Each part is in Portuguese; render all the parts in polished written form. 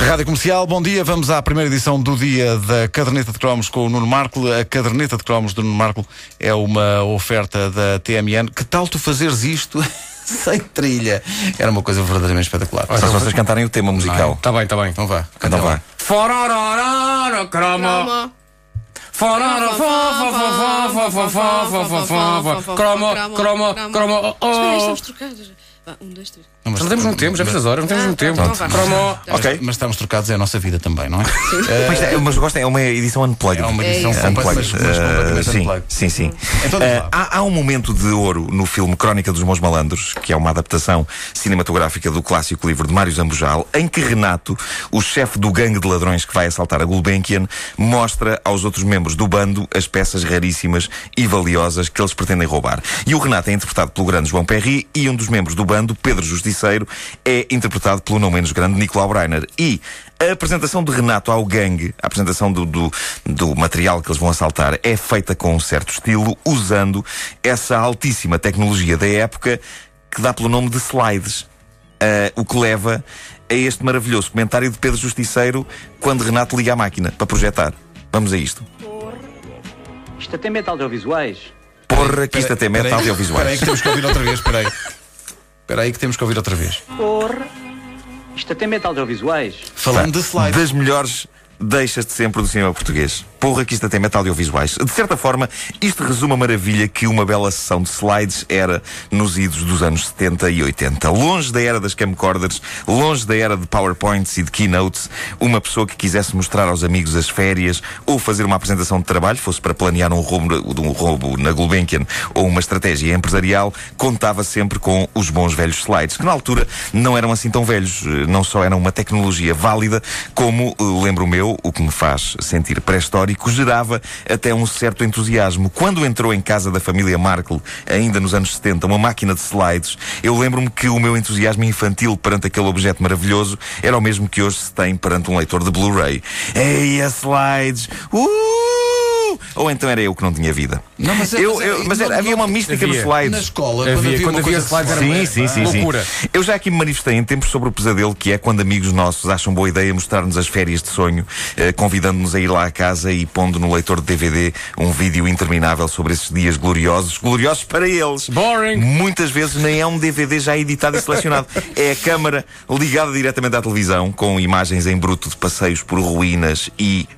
Rádio Comercial, bom dia. Vamos à primeira edição do dia da Caderneta de Cromos com o Nuno Marco. A Caderneta de Cromos do Nuno Marco é uma oferta da TMN. Que tal tu fazeres isto sem trilha? Era uma coisa verdadeiramente espetacular. Só se vocês cantarem o tema musical. Está bem, está bem. Então vá. Então vá. Fororororo, cromo. Forororo, cromo. Espera, estamos trocados. Vá, 1, 2, 3. Não, mas Já temos um tempo, já precisas horas, não temos um tempo. Cromo. Ok. Mas estamos trocados, é a nossa vida também, não é? Mas gostem, é uma edição unplugged. É uma edição isso. completa, mas completamente unplugged. Sim. Então, Há um momento de ouro no filme Crónica dos Meus Malandros, que é uma adaptação cinematográfica do clássico livro de Mário Zambujal, em que Renato, o chefe do gangue de ladrões que vai assaltar a Gulbenkian, mostra aos outros membros do bando as peças raríssimas e valiosas que eles pretendem roubar. E o Renato é interpretado pelo grande João Perry, e um dos membros do bando, Pedro Justiceiro, é interpretado pelo não menos grande Nicolau Breiner. E a apresentação de Renato ao gangue, a apresentação do material que eles vão assaltar, é feita com um certo estilo, usando essa altíssima tecnologia da época que dá pelo nome de slides. O que leva a este maravilhoso comentário de Pedro Justiceiro quando Renato liga a máquina para projetar. Vamos a isto. Isto até mete audiovisuais. Porra, que isto até mete audiovisuais. Espera aí que temos que ouvir outra vez, Espera aí que temos que ouvir outra vez. Porra. Isto até mete audiovisuais. Falando de slides. Das melhores deixas de sempre do cinema português. Porra, que isto até mete audiovisuais. De certa forma, isto resume a maravilha que uma bela sessão de slides era nos idos dos anos 70 e 80. Longe da era das camcorders, longe da era de PowerPoints e de keynotes, uma pessoa que quisesse mostrar aos amigos as férias ou fazer uma apresentação de trabalho, fosse para planear um roubo na Gulbenkian ou uma estratégia empresarial, contava sempre com os bons velhos slides, que na altura não eram assim tão velhos. Não só eram uma tecnologia válida, como, lembro meu, o que me faz sentir pré-histórico, gerava até um certo entusiasmo. Quando entrou em casa da família Markle, ainda nos anos 70, uma máquina de slides, eu lembro-me que o meu entusiasmo infantil perante aquele objeto maravilhoso era o mesmo que hoje se tem perante um leitor de Blu-ray. Ei, a slides! Ou então era eu que não tinha vida. Não, havia uma mística dos slides. Na escola, Quando havia slides era Sim. loucura. Eu já aqui me manifestei em tempos sobre o pesadelo que é quando amigos nossos acham boa ideia mostrar-nos as férias de sonho, convidando-nos a ir lá à casa e pondo no leitor de DVD um vídeo interminável sobre esses dias gloriosos para eles. Boring. Muitas vezes nem é um DVD já editado e selecionado. É a câmara ligada diretamente à televisão, com imagens em bruto de passeios por ruínas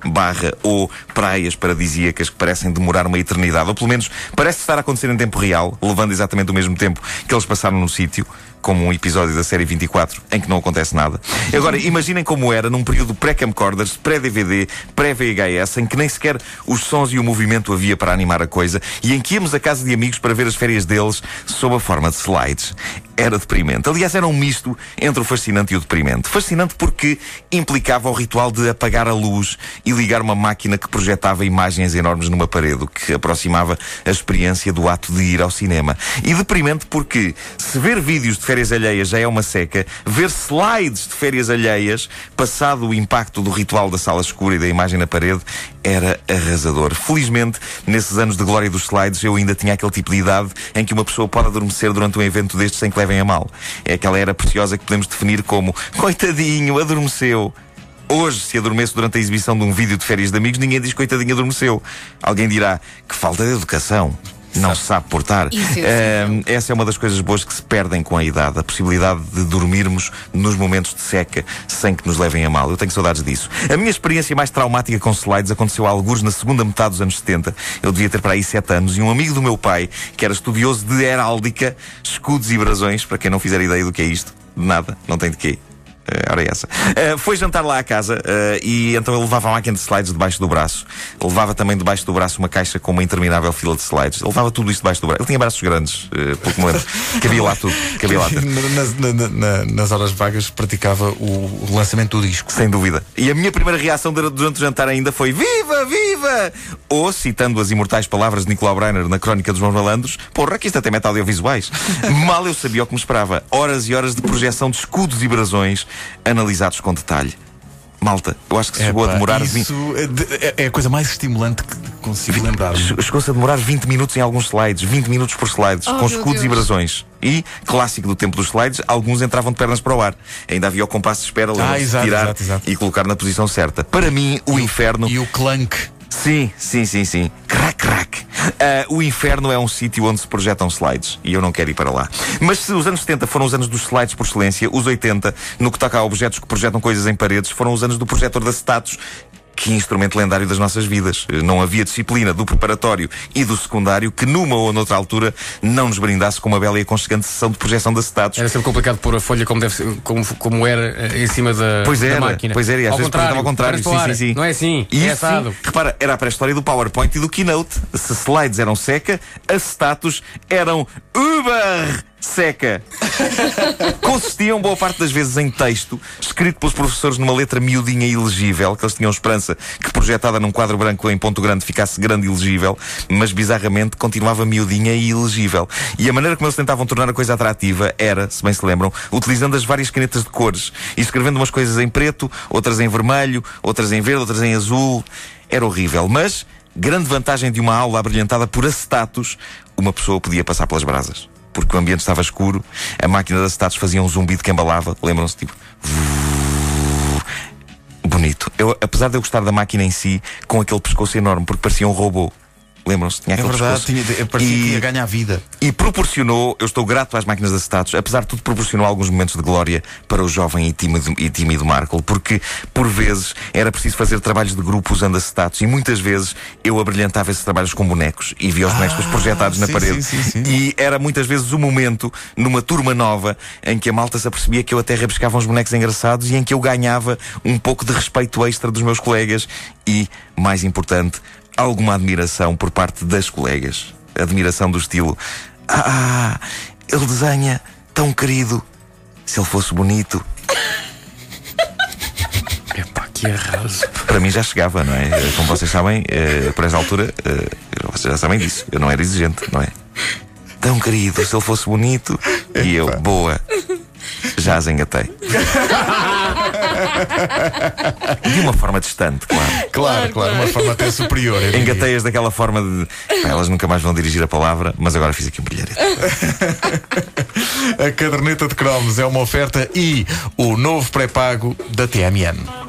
ou praias paradisíacas que parecem demorar uma eternidade, ou pelo menos parece estar a acontecer em tempo real, levando exatamente o mesmo tempo que eles passaram no sítio, como um episódio da série 24, em que não acontece nada. Agora, imaginem como era num período pré-camcorders, pré-DVD, pré-VHS, em que nem sequer os sons e o movimento havia para animar a coisa, e em que íamos à casa de amigos para ver as férias deles sob a forma de slides. Era deprimente. Aliás, era um misto entre o fascinante e o deprimente. Fascinante porque implicava o ritual de apagar a luz e ligar uma máquina que projetava imagens enormes numa parede, o que aproximava a experiência do ato de ir ao cinema. E deprimente porque, se ver vídeos de férias alheias já é uma seca, ver slides de férias alheias, passado o impacto do ritual da sala escura e da imagem na parede, era arrasador. Felizmente, nesses anos de glória dos slides, eu ainda tinha aquele tipo de idade em que uma pessoa pode adormecer durante um evento destes sem que levem a mal. É aquela era preciosa que podemos definir como coitadinho, adormeceu. Hoje, se adormeço durante a exibição de um vídeo de férias de amigos, ninguém diz coitadinho, adormeceu. Alguém dirá que falta de educação. Não se sabe portar. Essa é uma das coisas boas que se perdem com a idade. A possibilidade de dormirmos nos momentos de seca sem que nos levem a mal. Eu tenho saudades disso. A minha experiência mais traumática com slides aconteceu a algures na segunda metade dos anos 70. Eu devia ter para aí 7 anos. E um amigo do meu pai, que era estudioso de heráldica, escudos e brasões, para quem não fizer ideia do que é isto, de nada, não tem de quê. Ora é essa. Foi jantar lá à casa e então ele levava a máquina de slides debaixo do braço. Levava também debaixo do braço uma caixa com uma interminável fila de slides. Ele levava tudo isto debaixo do braço. Ele tinha braços grandes, pouco me lembro. Cabia lá tudo. Nas horas vagas praticava o lançamento do disco. Sem dúvida. E a minha primeira reação durante o jantar ainda foi viva, viva! Ou, citando as imortais palavras de Nicolau Breiner na Crónica dos Meus Malandros, porra, que isto até mete audiovisuais. Mal eu sabia o que me esperava. Horas e horas de projeção de escudos e brasões analisados com detalhe. Malta, eu acho que se chegou a demorar... Isso é a coisa mais estimulante que consigo lembrar. Chegou-se a demorar 20 minutos em alguns slides, 20 minutos por slides, com escudos e brasões. E, clássico do tempo dos slides, alguns entravam de pernas para o ar. Ainda havia o compasso de espera, tirar e colocar na posição certa. Para mim, o inferno... E o clunk. Sim. Crack, crack. O inferno é um sítio onde se projetam slides. E eu não quero ir para lá. Mas se os anos 70 foram os anos dos slides por excelência, os 80, no que toca a objetos que projetam coisas em paredes, foram os anos do projetor de acetatos. Que instrumento lendário das nossas vidas. Não havia disciplina do preparatório e do secundário que numa ou noutra altura não nos brindasse com uma bela e aconchegante sessão de projeção de acetatos. Era sempre complicado pôr a folha como era em cima da máquina. Pois era, e às vezes estava ao contrário. Sim. Não é assim, e é assado. Sim, repara, era a pré-história do PowerPoint e do Keynote. Se slides eram seca, acetatos eram uber seca. Consistiam boa parte das vezes em texto escrito pelos professores numa letra miudinha e ilegível, que eles tinham esperança que projetada num quadro branco em ponto grande ficasse grande e legível, mas bizarramente continuava miudinha e ilegível. E a maneira como eles tentavam tornar a coisa atrativa era, se bem se lembram, utilizando as várias canetas de cores e escrevendo umas coisas em preto, outras em vermelho, outras em verde, outras em azul. Era horrível, mas grande vantagem de uma aula abrilhantada por acetatos, uma pessoa podia passar pelas brasas. Porque o ambiente estava escuro, a máquina de acetatos fazia um zumbido que embalava, lembram-se, tipo... Bonito. Apesar de eu gostar da máquina em si, com aquele pescoço enorme, porque parecia um robô. Lembram-se? Tinha aquele pescoço. Parecia que ia ganhar vida. E proporcionou, eu estou grato às máquinas de acetatos, apesar de tudo proporcionou alguns momentos de glória para o jovem e tímido Markle, porque por vezes era preciso fazer trabalhos de grupo usando acetatos e muitas vezes eu abrilhantava esses trabalhos com bonecos e via os bonecos projetados na parede. Sim. E era muitas vezes o momento, numa turma nova, em que a malta se apercebia que eu até rabiscava uns bonecos engraçados e em que eu ganhava um pouco de respeito extra dos meus colegas e, mais importante, alguma admiração por parte das colegas. Admiração do estilo: ele desenha tão querido. Se ele fosse bonito. Epá, que arraso. Para mim já chegava, não é? Como vocês sabem, por essa altura, vocês já sabem disso. Eu não era exigente, não é? Tão querido, se ele fosse bonito. E eu, boa. Já as engatei. De uma forma distante, Claro, uma forma até superior. Engatei-as daquela forma de... elas nunca mais vão dirigir a palavra, mas agora fiz aqui um brilharete. A caderneta de cromos é uma oferta e o novo pré-pago da TMN.